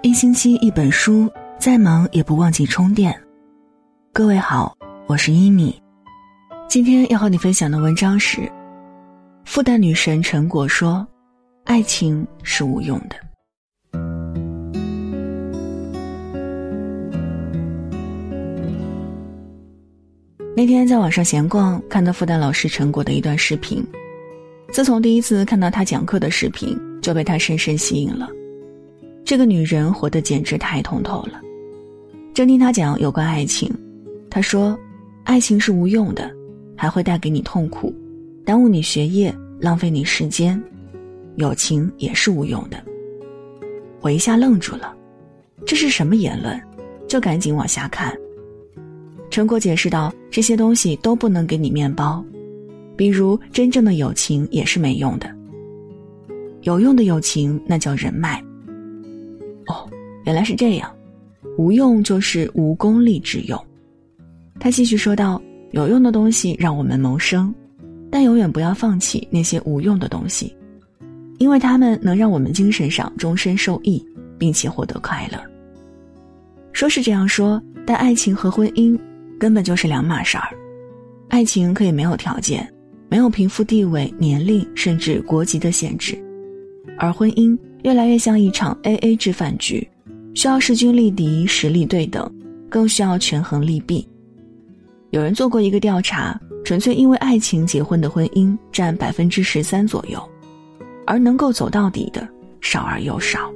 一星期一本书，再忙也不忘记充电。各位好，我是一米。今天要和你分享的文章是复旦女神陈果说，爱情是无用的。那天在网上闲逛，看到复旦老师陈果的一段视频。自从第一次看到她讲课的视频，就被她深深吸引了。这个女人活得简直太通透了。正听她讲有关爱情，她说，爱情是无用的，还会带给你痛苦，耽误你学业，浪费你时间。友情也是无用的。我一下愣住了，这是什么言论？就赶紧往下看。陈果解释道，这些东西都不能给你面包，比如真正的友情也是没用的。有用的友情那叫人脉。哦，原来是这样，无用就是无功利之用。他继续说道，有用的东西让我们谋生，但永远不要放弃那些无用的东西，因为它们能让我们精神上终身受益，并且获得快乐。说是这样说，但爱情和婚姻根本就是两码事儿。爱情可以没有条件，没有贫富地位、年龄甚至国籍的限制，而婚姻越来越像一场 AA 制饭局，需要势均力敌，实力对等，更需要权衡利弊。有人做过一个调查，纯粹因为爱情结婚的婚姻占 13% 左右，而能够走到底的少而又少。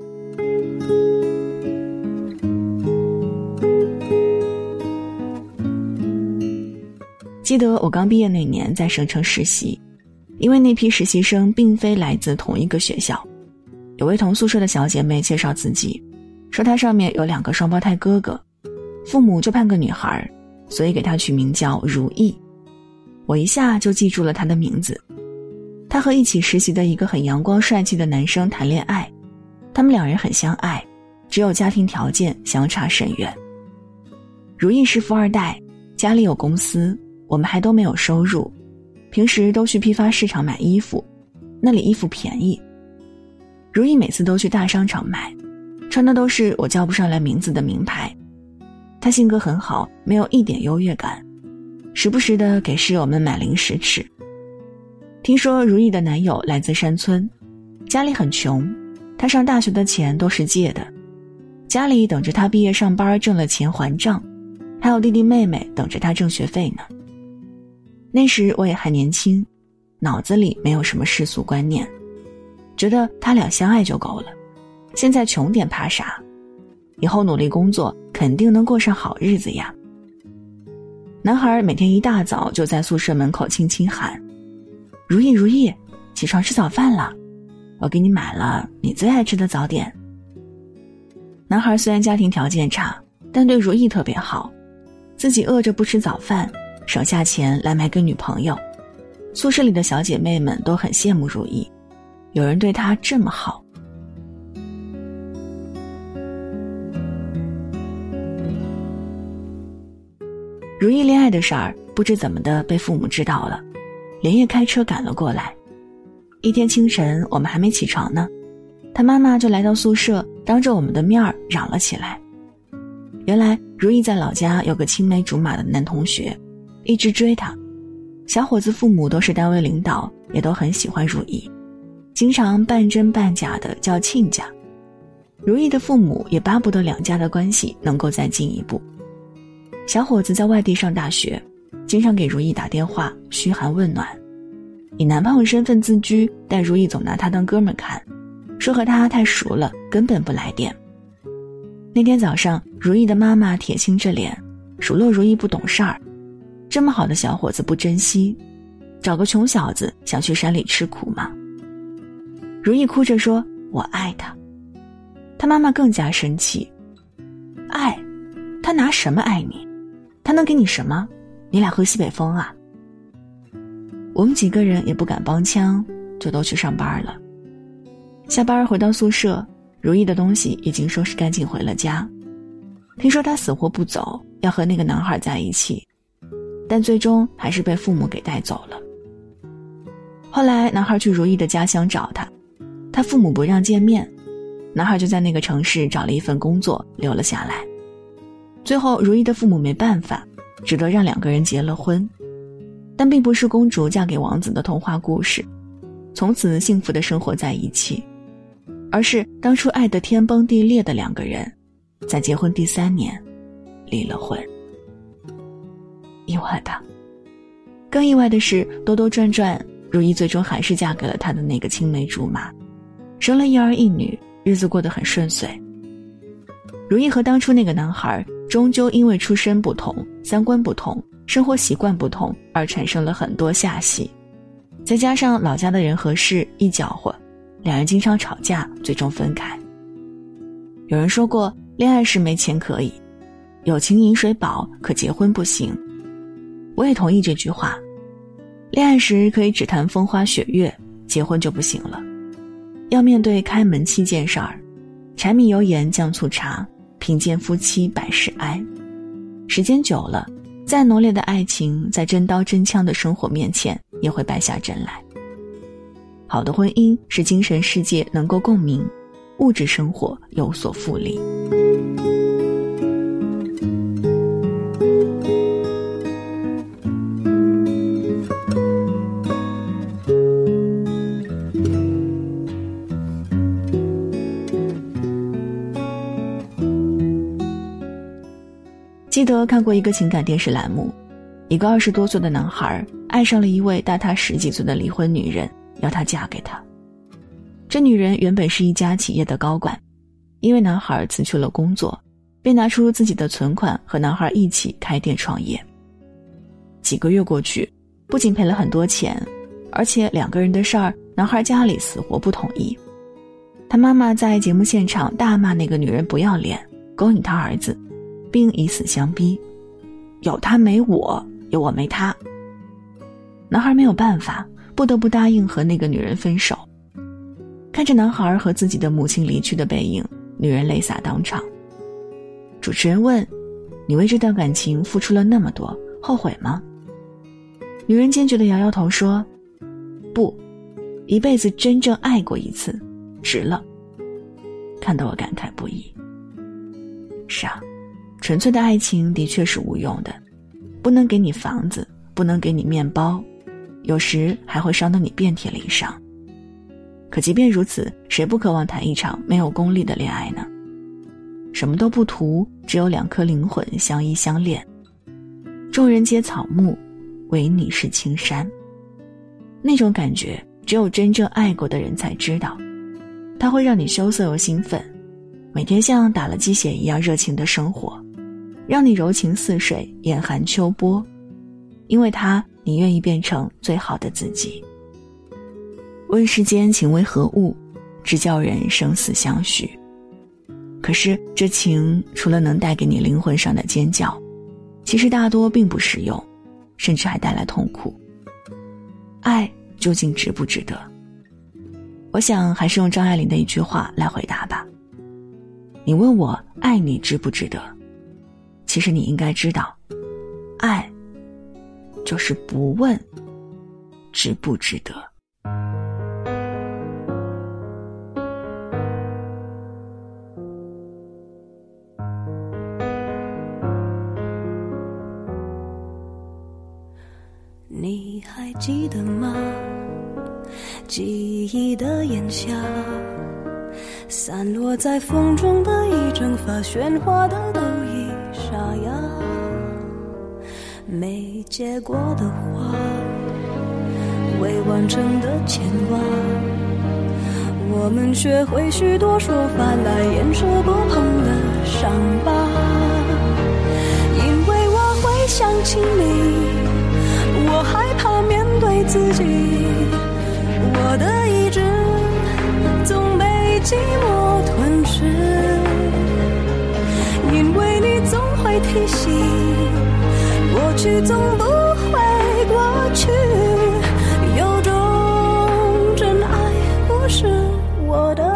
记得我刚毕业那年在省城实习，因为那批实习生并非来自同一个学校，有位同宿舍的小姐妹介绍自己，说她上面有2个双胞胎哥哥，父母就盼个女孩，所以给她取名叫如意。我一下就记住了她的名字。她和一起实习的一个很阳光帅气的男生谈恋爱，他们2人很相爱，只有家庭条件相差甚远。如意是富二代，家里有公司，我们还都没有收入，平时都去批发市场买衣服，那里衣服便宜。如意每次都去大商场买，穿的都是我叫不上来名字的名牌。她性格很好，没有一点优越感，时不时的给室友们买零食吃。听说如意的男友来自山村，家里很穷，她上大学的钱都是借的，家里等着她毕业上班挣了钱还账，还有弟弟妹妹等着她挣学费呢。那时我也还年轻，脑子里没有什么世俗观念，觉得他俩相爱就够了，现在穷点怕啥，以后努力工作肯定能过上好日子呀。男孩每天一大早就在宿舍门口轻轻喊，如意如意，起床吃早饭了，我给你买了你最爱吃的早点。男孩虽然家庭条件差，但对如意特别好，自己饿着不吃早饭，省下钱来买个女朋友。宿舍里的小姐妹们都很羡慕如意，有人对她这么好。如意恋爱的事儿不知怎么的被父母知道了，连夜开车赶了过来。一天清晨我们还没起床呢，她妈妈就来到宿舍，当着我们的面嚷了起来。原来如意在老家有个青梅竹马的男同学，一直追她。小伙子父母都是单位领导，也都很喜欢如意，经常半真半假的叫亲家。如意的父母也巴不得2家的关系能够再进一步。小伙子在外地上大学，经常给如意打电话嘘寒问暖，以男朋友身份自居，但如意总拿他当哥们看，说和他太熟了，根本不来电。那天早上，如意的妈妈铁青着脸，数落如意不懂事儿，这么好的小伙子不珍惜，找个穷小子想去山里吃苦吗？如意哭着说，我爱他。他妈妈更加生气，爱？他拿什么爱你？他能给你什么？你俩喝西北风啊？我们几个人也不敢帮腔，就都去上班了。下班回到宿舍，如意的东西已经收拾干净回了家。听说他死活不走，要和那个男孩在一起，但最终还是被父母给带走了。后来男孩去如意的家乡找他，他父母不让见面， 男孩就在那个城市找了一份工作留了下来。最后如意的父母没办法，只得让2个人结了婚。但并不是公主嫁给王子的童话故事，从此幸福的生活在一起，而是当初爱得天崩地裂的2个人，在结婚第3年离了婚。意外吧？更意外的是，兜兜转转，如意最终还是嫁给了她的那个青梅竹马，生了1儿1女，日子过得很顺遂。如意和当初那个男孩终究因为出身不同、三观不同、生活习惯不同而产生了很多下戏，再加上老家的人和事一搅和，2人经常吵架，最终分开。有人说过，恋爱时没钱可以，有情饮水饱，可结婚不行。我也同意这句话，恋爱时可以只谈风花雪月，结婚就不行了，要面对开门7件事儿，柴米油盐酱醋茶，贫贱夫妻百事哀。时间久了，再浓烈的爱情，在真刀真枪的生活面前也会败下阵来。好的婚姻是精神世界能够共鸣，物质生活有所复利。记得看过一个情感电视栏目，一个20多岁的男孩爱上了一位大他10几岁的离婚女人，要他嫁给他。这女人原本是一家企业的高管，因为男孩辞去了工作，便拿出自己的存款和男孩一起开店创业。几个月过去，不仅赔了很多钱，而且2个人的事儿，男孩家里死活不同意。他妈妈在节目现场大骂那个女人不要脸，勾引他儿子，并以死相逼，有他没我，有我没他。男孩没有办法，不得不答应和那个女人分手。看着男孩和自己的母亲离去的背影，女人泪洒当场。主持人问，你为这段感情付出了那么多，后悔吗？女人坚决地摇摇头说，不，一辈子真正爱过一次，值了。看得我感慨不已。是啊，纯粹的爱情的确是无用的，不能给你房子，不能给你面包，有时还会伤得你遍体鳞伤。可即便如此，谁不渴望谈一场没有功利的恋爱呢？什么都不图，只有2颗灵魂相依相恋。众人皆草木，唯你是青山。那种感觉，只有真正爱过的人才知道，它会让你羞涩又兴奋，每天像打了鸡血一样热情的生活，让你柔情似水，严寒秋波。因为它，你愿意变成最好的自己。问世间情为何物，只叫人生死相许。可是这情除了能带给你灵魂上的尖叫，其实大多并不实用，甚至还带来痛苦。爱究竟值不值得？我想还是用张爱玲的一句话来回答吧。你问我爱你值不值得，其实你应该知道，爱就是不问值不值得。 你还记得吗？记忆的炎夏，散落在风中的一整发，喧哗的都已沙哑。没结果的花，未完成的牵挂，我们学会许多说法来掩饰不碰的伤疤。因为我会想起你，我害怕面对自己，我的意志总被寂寞吞噬。因为你总会提醒，过去总不会过去，有种真爱不是我的。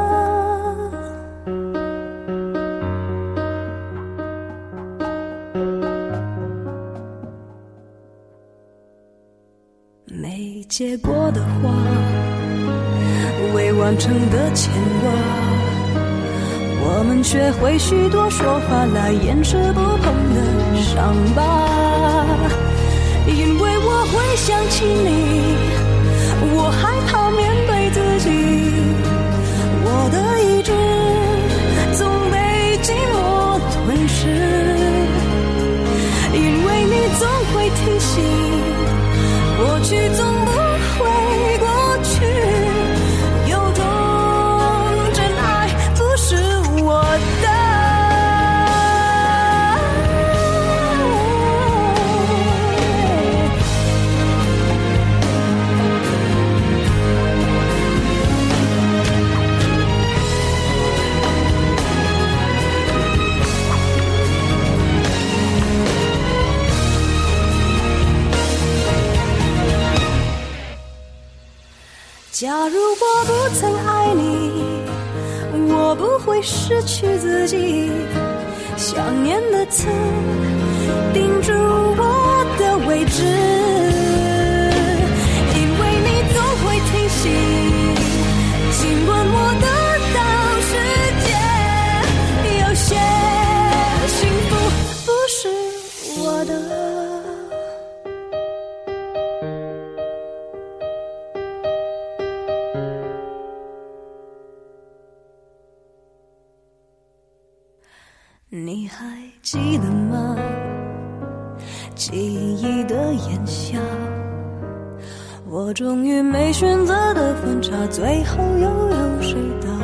没结果的花，未完成的牵挂， 学会许多说法来掩饰不碰的伤疤，因为我会想起你，我害怕面对自己，我的意志总被寂寞吞噬，因为你总会提醒，过去总不会过去，有种真爱不是我的。假如我不曾爱你，我不会失去自己，想念的刺钉住我的位置，因为你总会提醒，尽管我得到世界，有些幸福不是我的。你还记得吗？记忆的炎夏，我终于没选择的分岔，最后又有谁答